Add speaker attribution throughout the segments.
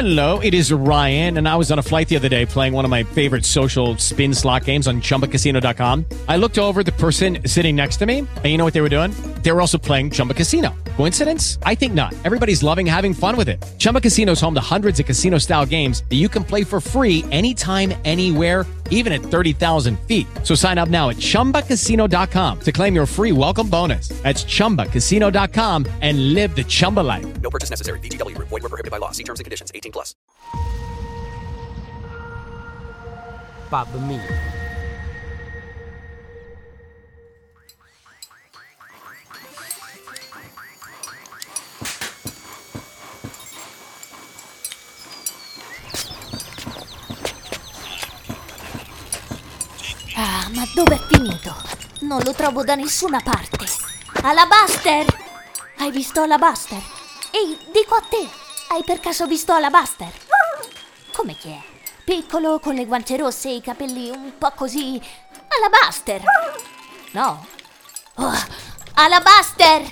Speaker 1: Hello, it is Ryan, and I was on a flight the other day playing one of my favorite social spin slot games on ChumbaCasino.com. I looked over at the person sitting next to me, and you know what they were doing? They were also playing Chumba Casino. Coincidence? I think not. Everybody's loving having fun with it. Chumba Casino is home to hundreds of casino-style games that you can play for free anytime, anywhere, even at 30,000 feet. So sign up now at ChumbaCasino.com to claim your free welcome bonus. That's ChumbaCasino.com and live the Chumba life.
Speaker 2: No purchase necessary. VGW. Void where prohibited by law. See terms and conditions. 18+.
Speaker 3: Pub Me.
Speaker 4: Ah, ma dove è finito? Non lo trovo da nessuna parte. Alabaster! Hai visto Alabaster? Ehi, dico a te, hai per caso visto Alabaster? Come chi è? Piccolo, con le guance rosse e i capelli un po' così... Alabaster! No? Oh, Alabaster!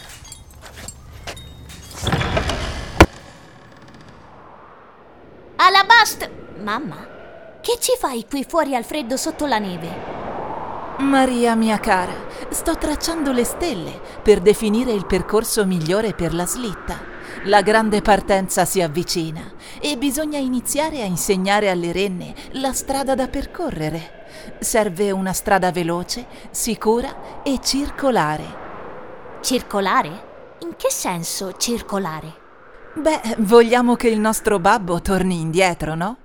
Speaker 4: Alabaster! Mamma? Che ci fai qui fuori al freddo sotto la neve?
Speaker 5: Maria mia cara, sto tracciando le stelle per definire il percorso migliore per la slitta. La grande partenza si avvicina e bisogna iniziare a insegnare alle renne la strada da percorrere. Serve una strada veloce, sicura e circolare.
Speaker 4: Circolare? In che senso circolare?
Speaker 5: Beh, vogliamo che il nostro babbo torni indietro, no?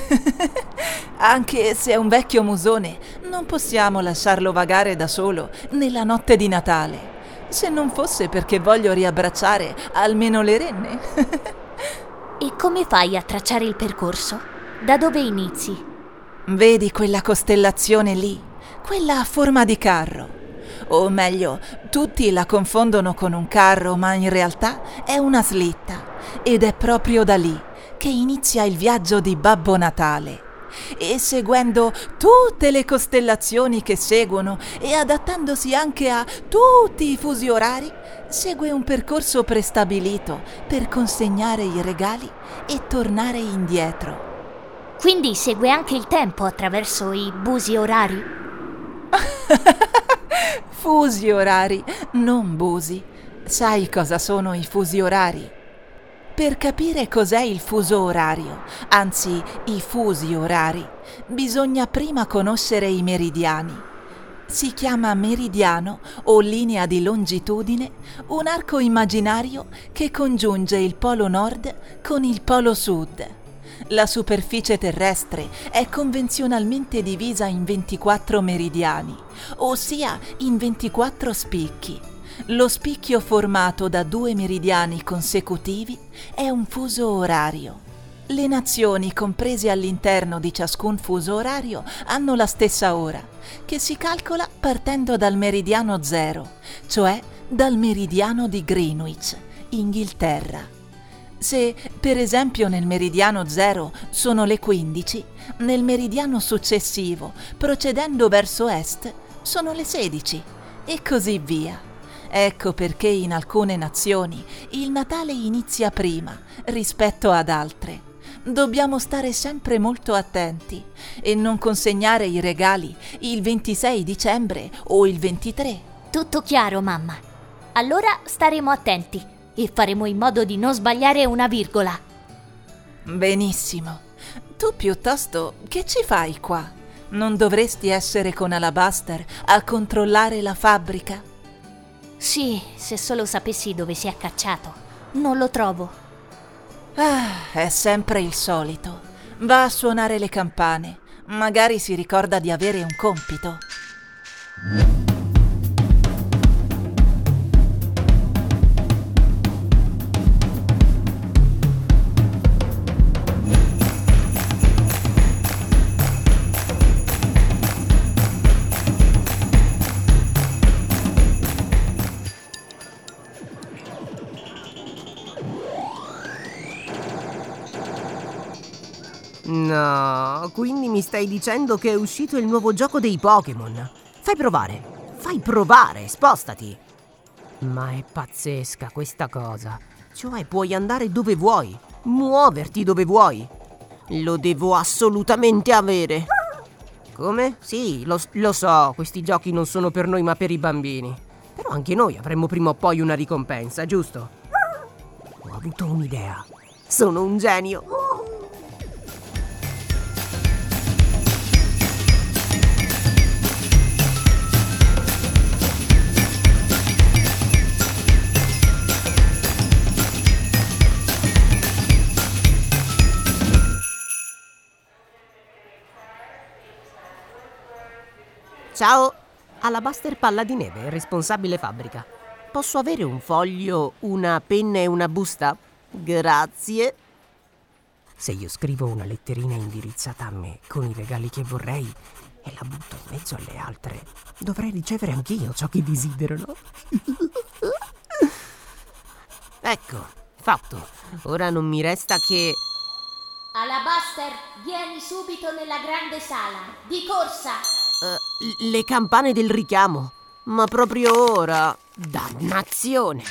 Speaker 5: Anche se è un vecchio musone, non possiamo lasciarlo vagare da solo nella notte di Natale. Se non fosse perché voglio riabbracciare almeno le renne.
Speaker 4: E come fai a tracciare il percorso? Da dove inizi?
Speaker 5: Vedi quella costellazione lì? Quella a forma di carro. O meglio, tutti la confondono con un carro, ma in realtà è una slitta. Ed è proprio da lì che inizia il viaggio di Babbo Natale. E seguendo tutte le costellazioni che seguono e adattandosi anche a tutti i fusi orari, segue un percorso prestabilito per consegnare i regali e tornare indietro.
Speaker 4: Quindi segue anche il tempo attraverso i busi orari?
Speaker 5: Fusi orari, non busi. Sai cosa sono i fusi orari? Per capire cos'è il fuso orario, anzi i fusi orari, bisogna prima conoscere i meridiani. Si chiama meridiano o linea di longitudine un arco immaginario che congiunge il polo nord con il polo sud. La superficie terrestre è convenzionalmente divisa in 24 meridiani, ossia in 24 spicchi. Lo spicchio formato da 2 meridiani consecutivi è un fuso orario. Le nazioni comprese all'interno di ciascun fuso orario hanno la stessa ora, che si calcola partendo dal meridiano 0, cioè dal meridiano di Greenwich, Inghilterra. Se, per esempio, nel meridiano 0 sono le 15, nel meridiano successivo, procedendo verso est, sono le 16, e così via. Ecco perché in alcune nazioni il Natale inizia prima rispetto ad altre. Dobbiamo stare sempre molto attenti e non consegnare i regali il 26 dicembre o il 23.
Speaker 4: Tutto chiaro, mamma. Allora staremo attenti e faremo in modo di non sbagliare una virgola.
Speaker 5: Benissimo. Tu piuttosto che ci fai qua? Non dovresti essere con Alabaster a controllare la fabbrica?
Speaker 4: Sì, se solo sapessi dove si è cacciato. Non lo trovo.
Speaker 5: Ah, è sempre il solito. Va a suonare le campane. Magari si ricorda di avere un compito.
Speaker 3: No, quindi mi stai dicendo che è uscito il nuovo gioco dei Pokémon. Fai provare, spostati. Ma è pazzesca questa cosa. Cioè puoi andare dove vuoi. muoverti dove vuoi. Lo devo assolutamente avere. Come? Sì, lo so, questi giochi non sono per noi ma per i bambini. Però anche noi avremmo prima o poi una ricompensa, giusto? Ho avuto un'idea. Sono un genio. Ciao, Alabaster Palla di Neve, responsabile fabbrica. Posso avere un foglio, una penna e una busta? Grazie. Se io scrivo una letterina indirizzata a me con i regali che vorrei e la butto in mezzo alle altre, dovrei ricevere anch'io ciò che desidero, no? Ecco, fatto. Ora non mi resta che...
Speaker 4: Alabaster, vieni subito nella grande sala. Di corsa!
Speaker 3: le campane del richiamo. Ma proprio ora... Dannazione!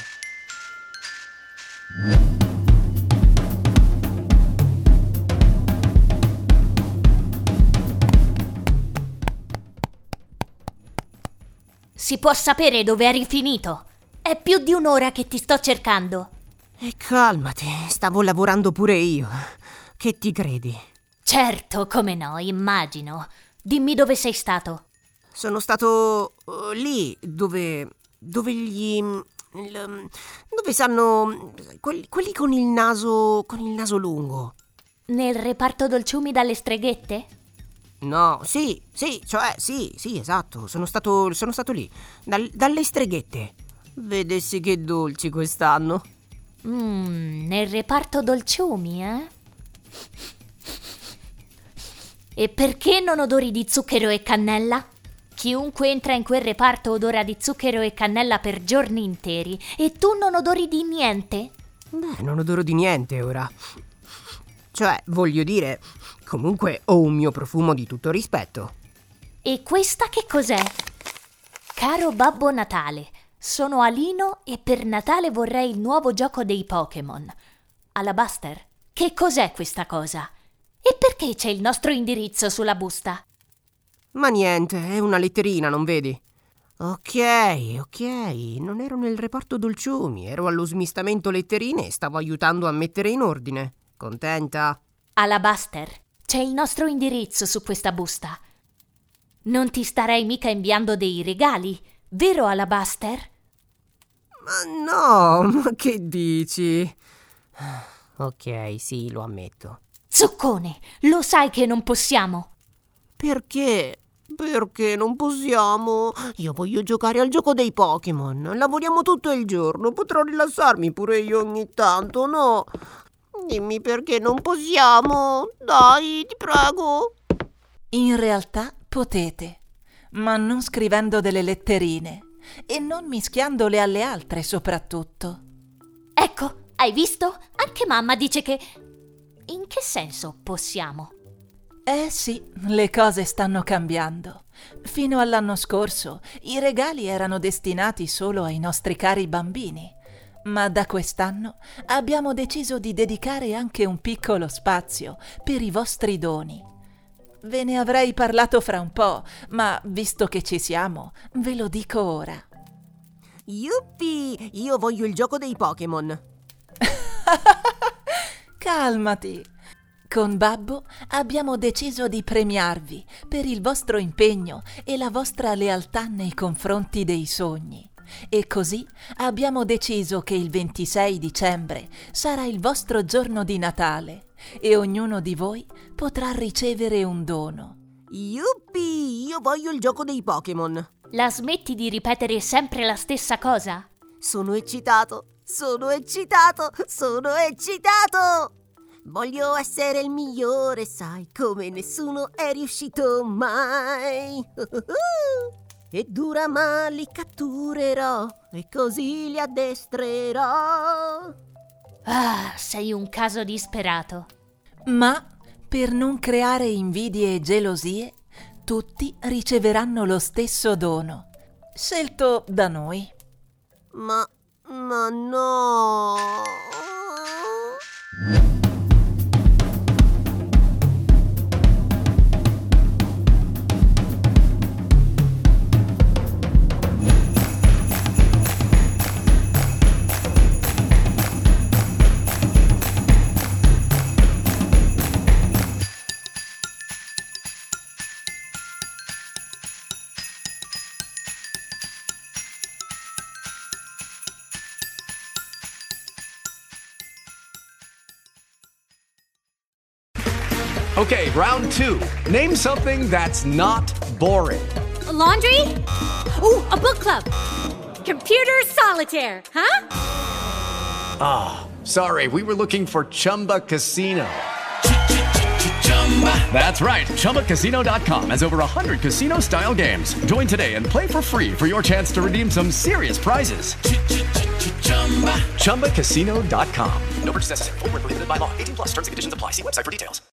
Speaker 4: Si può sapere dove eri finito? È più di un'ora che ti sto cercando.
Speaker 3: E calmati, stavo lavorando pure io. Che ti credi?
Speaker 4: Certo, come no, immagino. Dimmi dove sei stato.
Speaker 3: Sono stato lì dove sanno quelli con il naso lungo.
Speaker 4: Nel reparto dolciumi dalle streghette?
Speaker 3: No, sì, esatto. Sono stato lì, dalle streghette. Vedessi che dolci quest'anno.
Speaker 4: Nel reparto dolciumi, eh? E perché non odori di zucchero e cannella? Chiunque entra in quel reparto odora di zucchero e cannella per giorni interi e tu non odori di niente?
Speaker 3: Beh, non odoro di niente ora. Cioè, voglio dire, comunque ho un mio profumo di tutto rispetto.
Speaker 4: E questa che cos'è? Caro Babbo Natale, sono Alino e per Natale vorrei il nuovo gioco dei Pokémon. Alabaster, che cos'è questa cosa? E perché c'è il nostro indirizzo sulla busta?
Speaker 3: Ma niente, è una letterina, non vedi? Ok, non ero nel reparto dolciumi, ero allo smistamento letterine e stavo aiutando a mettere in ordine. Contenta?
Speaker 4: Alabaster, c'è il nostro indirizzo su questa busta. Non ti starei mica inviando dei regali, vero Alabaster?
Speaker 3: Ma no, ma che dici? Ok, sì, lo ammetto.
Speaker 4: Zuccone, lo sai che non possiamo.
Speaker 3: Perché? Perché non possiamo? Io voglio giocare al gioco dei Pokémon. Lavoriamo tutto il giorno, potrò rilassarmi pure io ogni tanto, no? Dimmi perché non possiamo. Dai, ti prego.
Speaker 5: In realtà potete, ma non scrivendo delle letterine e non mischiandole alle altre soprattutto.
Speaker 4: Ecco, hai visto? Anche mamma dice che... In che senso possiamo?
Speaker 5: Eh sì, le cose stanno cambiando. Fino all'anno scorso i regali erano destinati solo ai nostri cari bambini, ma da quest'anno abbiamo deciso di dedicare anche un piccolo spazio per i vostri doni. Ve ne avrei parlato fra un po', ma visto che ci siamo, ve lo dico ora.
Speaker 3: Yuppi! Io voglio il gioco dei Pokémon.
Speaker 5: Calmati! Con Babbo abbiamo deciso di premiarvi per il vostro impegno e la vostra lealtà nei confronti dei sogni. E così abbiamo deciso che il 26 dicembre sarà il vostro giorno di Natale e ognuno di voi potrà ricevere un dono.
Speaker 3: Yuppi! Io voglio il gioco dei Pokémon.
Speaker 4: La smetti di ripetere sempre la stessa cosa?
Speaker 3: Sono eccitato! Voglio essere il migliore, sai, come nessuno è riuscito mai. E dura ma li catturerò e così li addestrerò.
Speaker 4: Ah, sei un caso disperato.
Speaker 5: Ma per non creare invidie e gelosie, tutti riceveranno lo stesso dono, scelto da noi.
Speaker 3: Ma no.
Speaker 6: Okay, round 2. Name something that's not boring.
Speaker 7: A laundry? Ooh, a book club. Computer solitaire, huh?
Speaker 6: Sorry, we were looking for Chumba Casino. That's right. ChumbaCasino.com has over 100 casino-style games. Join today and play for free for your chance to redeem some serious prizes. ChumbaCasino.com.
Speaker 2: No purchase necessary. Void where prohibited by law. 18 plus terms and conditions apply. See website for details.